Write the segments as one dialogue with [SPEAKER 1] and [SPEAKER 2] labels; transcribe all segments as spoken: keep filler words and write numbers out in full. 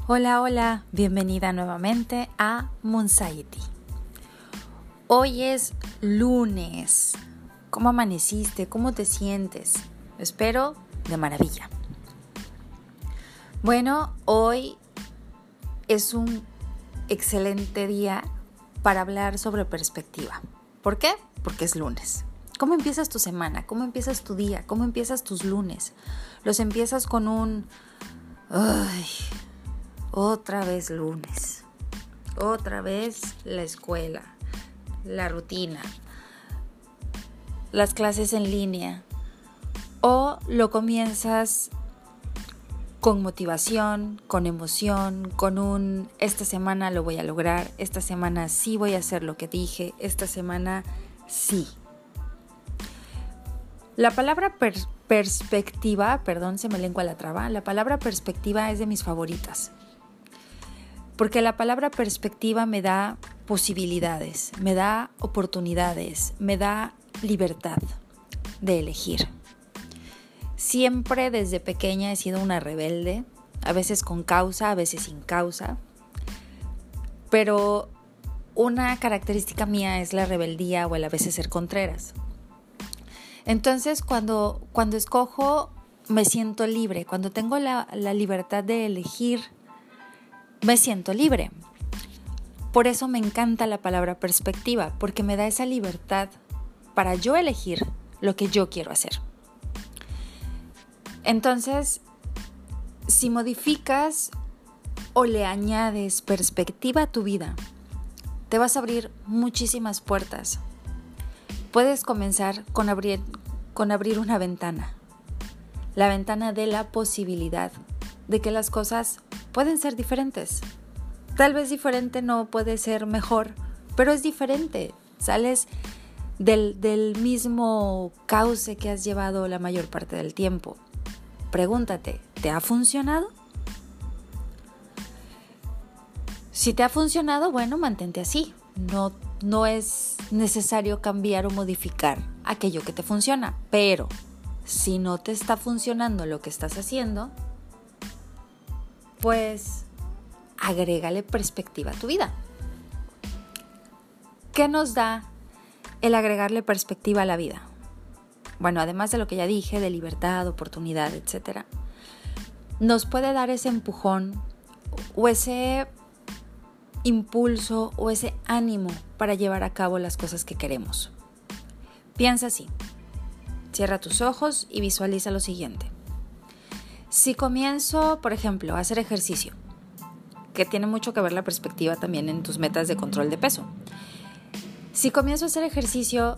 [SPEAKER 1] Hola, hola, bienvenida nuevamente a Moonsaity. Hoy es lunes. ¿Cómo amaneciste? ¿Cómo te sientes? Espero de maravilla. Bueno, hoy es un excelente día para hablar sobre perspectiva. ¿Por qué? Porque es lunes. ¿Cómo empiezas tu semana? ¿Cómo empiezas tu día? ¿Cómo empiezas tus lunes? ¿Los empiezas con un... Ay, otra vez lunes, otra vez la escuela, la rutina, las clases en línea? ¿O lo comienzas con motivación, con emoción, con un esta semana lo voy a lograr, esta semana sí voy a hacer lo que dije, esta semana sí? La palabra per- perspectiva, perdón, se me lengua la traba, la palabra perspectiva es de mis favoritas. Porque la palabra perspectiva me da posibilidades, me da oportunidades, me da libertad de elegir. Siempre desde pequeña he sido una rebelde, a veces con causa, a veces sin causa. Pero una característica mía es la rebeldía o el a veces ser contreras. Entonces cuando, cuando escojo me siento libre, cuando tengo la, la libertad de elegir, me siento libre. Por eso me encanta la palabra perspectiva, porque me da esa libertad para yo elegir lo que yo quiero hacer. Entonces, si modificas o le añades perspectiva a tu vida, te vas a abrir muchísimas puertas. Puedes comenzar con abrir, con abrir una ventana, la ventana de la posibilidad de que las cosas pueden ser diferentes. Tal vez diferente no puede ser mejor, pero es diferente. Sales del, del mismo cauce que has llevado la mayor parte del tiempo. Pregúntate, ¿te ha funcionado? Si te ha funcionado, bueno, mantente así. No, no es necesario cambiar o modificar aquello que te funciona. Pero si no te está funcionando lo que estás haciendo, pues agrégale perspectiva a tu vida. ¿Qué nos da el agregarle perspectiva a la vida? Bueno, además de lo que ya dije, de libertad, oportunidad, etcétera, nos puede dar ese empujón o ese impulso o ese ánimo para llevar a cabo las cosas que queremos. Piensa así. Cierra tus ojos y visualiza lo siguiente. Si comienzo, por ejemplo, a hacer ejercicio, que tiene mucho que ver la perspectiva también en tus metas de control de peso. Si comienzo a hacer ejercicio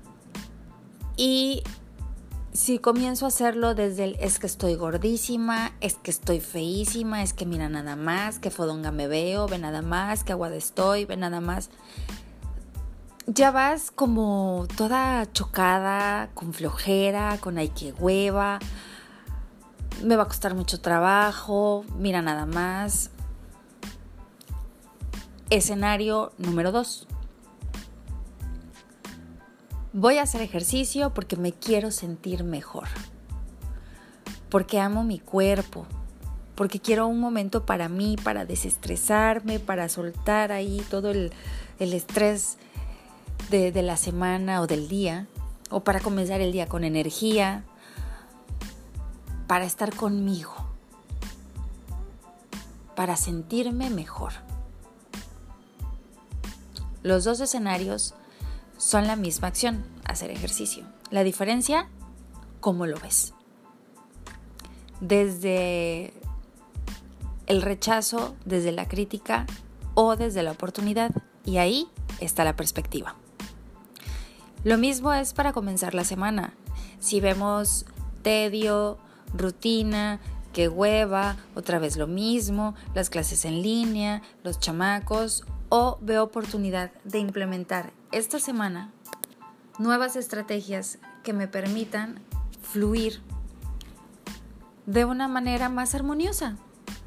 [SPEAKER 1] y si comienzo a hacerlo desde el es que estoy gordísima, es que estoy feísima, es que mira nada más, que fodonga me veo, ve nada más, que aguada estoy, ve nada más. Ya vas como toda chocada, con flojera, con ay que hueva, me va a costar mucho trabajo, mira nada más. Escenario número dos. Voy a hacer ejercicio porque me quiero sentir mejor, porque amo mi cuerpo, porque quiero un momento para mí, para desestresarme, para soltar ahí todo el, el estrés de, de la semana o del día, o para comenzar el día con energía, para estar conmigo, para sentirme mejor. Los dos escenarios son la misma acción, hacer ejercicio. La diferencia, ¿cómo lo ves? Desde el rechazo, desde la crítica o desde la oportunidad. Y ahí está la perspectiva. Lo mismo es para comenzar la semana. Si vemos tedio, rutina, qué hueva, otra vez lo mismo, las clases en línea, los chamacos, o veo oportunidad de implementar esta semana nuevas estrategias que me permitan fluir de una manera más armoniosa.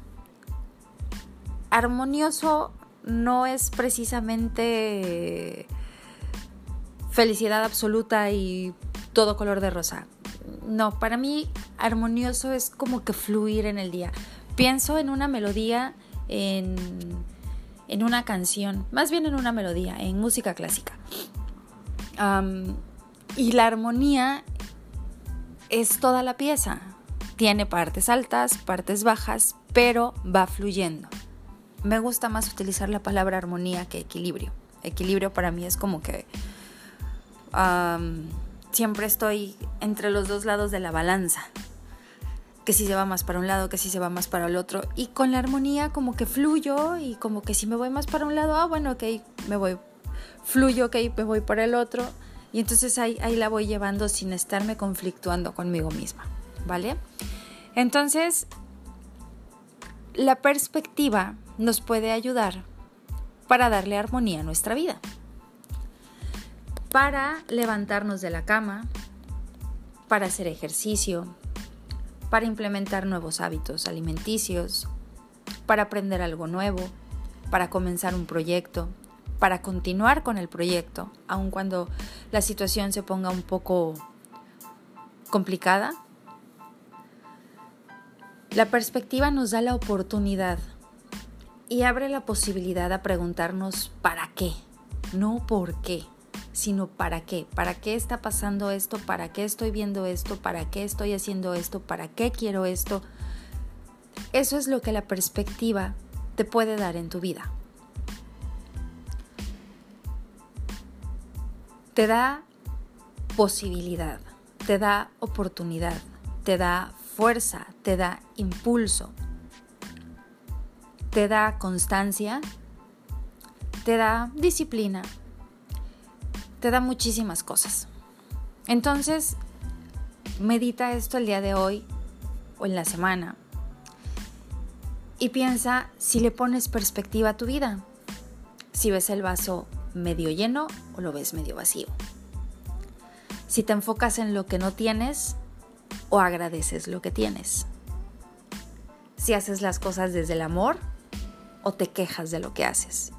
[SPEAKER 1] Armonioso no es precisamente felicidad absoluta y todo color de rosa. No, para mí armonioso es como que fluir en el día. Pienso en una melodía en, en una canción, más bien en una melodía, en música clásica. Um, y la armonía es toda la pieza. Tiene partes altas, partes bajas, pero va fluyendo. Me gusta más utilizar la palabra armonía que equilibrio. Equilibrio para mí es como que um, siempre estoy entre los dos lados de la balanza. Que si se va más para un lado, que si se va más para el otro. Y con la armonía como que fluyo y como que si me voy más para un lado, ah, bueno, ok, me voy, fluyo, ok, me voy para el otro. Y entonces ahí, ahí la voy llevando sin estarme conflictuando conmigo misma, ¿vale? Entonces, la perspectiva nos puede ayudar para darle armonía a nuestra vida. Para levantarnos de la cama, para hacer ejercicio, para implementar nuevos hábitos alimenticios, para aprender algo nuevo, para comenzar un proyecto, para continuar con el proyecto, aun cuando la situación se ponga un poco complicada. La perspectiva nos da la oportunidad y abre la posibilidad a preguntarnos ¿para qué? No por qué, sino ¿para qué? ¿Para qué está pasando esto? ¿Para qué estoy viendo esto? ¿Para qué estoy haciendo esto? ¿Para qué quiero esto? Eso es lo que la perspectiva te puede dar en tu vida. Te da posibilidad, te da oportunidad, te da fuerza, te da impulso, te da constancia, te da disciplina, te da muchísimas cosas. Entonces, medita esto el día de hoy o en la semana y piensa si le pones perspectiva a tu vida, si ves el vaso medio lleno o lo ves medio vacío. Si te enfocas en lo que no tienes o agradeces lo que tienes. Si haces las cosas desde el amor o te quejas de lo que haces.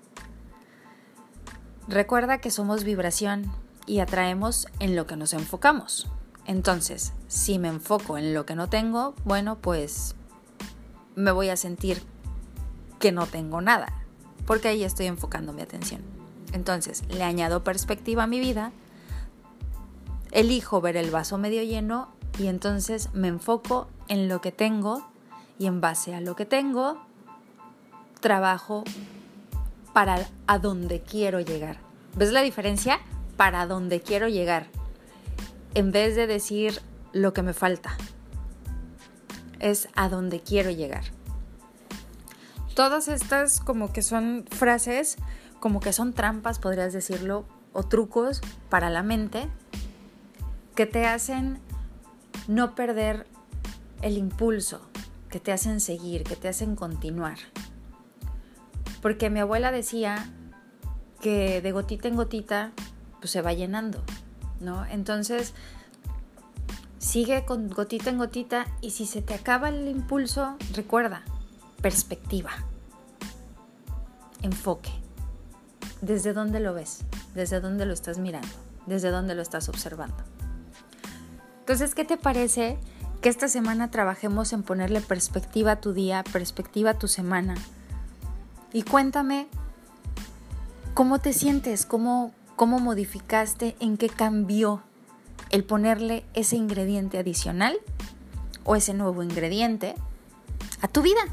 [SPEAKER 1] Recuerda que somos vibración y atraemos en lo que nos enfocamos. Entonces, si me enfoco en lo que no tengo, bueno, pues me voy a sentir que no tengo nada, porque ahí estoy enfocando mi atención. Entonces, le añado perspectiva a mi vida, elijo ver el vaso medio lleno y entonces me enfoco en lo que tengo y en base a lo que tengo, trabajo para a donde quiero llegar. ¿Ves la diferencia? Para donde quiero llegar. En vez de decir lo que me falta, es a donde quiero llegar. Todas estas como que son frases, como que son trampas, podrías decirlo, o trucos para la mente que te hacen no perder el impulso, que te hacen seguir, que te hacen continuar. Porque mi abuela decía que de gotita en gotita pues se va llenando, ¿no? Entonces sigue con gotita en gotita y si se te acaba el impulso, recuerda, perspectiva, enfoque. ¿Desde dónde lo ves? ¿Desde dónde lo estás mirando? ¿Desde dónde lo estás observando? Entonces, ¿qué te parece que esta semana trabajemos en ponerle perspectiva a tu día, perspectiva a tu semana? Y cuéntame cómo te sientes, cómo, cómo modificaste, en qué cambió el ponerle ese ingrediente adicional o ese nuevo ingrediente a tu vida.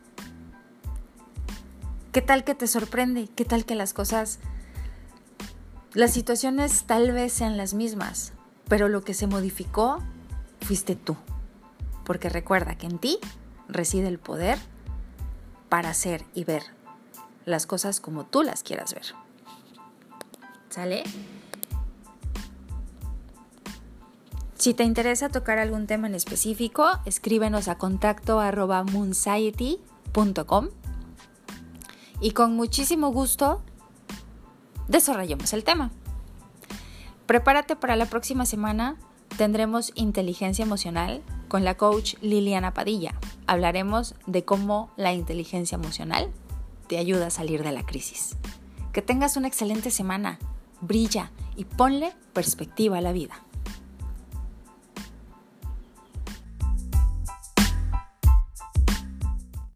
[SPEAKER 1] ¿Qué tal que te sorprende? ¿Qué tal que las cosas, las situaciones tal vez sean las mismas, pero lo que se modificó fuiste tú? Porque recuerda que en ti reside el poder para hacer y ver las cosas como tú las quieras ver. ¿Sale? Si te interesa tocar algún tema en específico, escríbenos a contacto arroba moonsiety punto com y con muchísimo gusto desarrollamos el tema. Prepárate para la próxima semana. Tendremos inteligencia emocional con la coach Liliana Padilla. Hablaremos de cómo la inteligencia emocional te ayuda a salir de la crisis. Que tengas una excelente semana. Brilla y ponle perspectiva a la vida.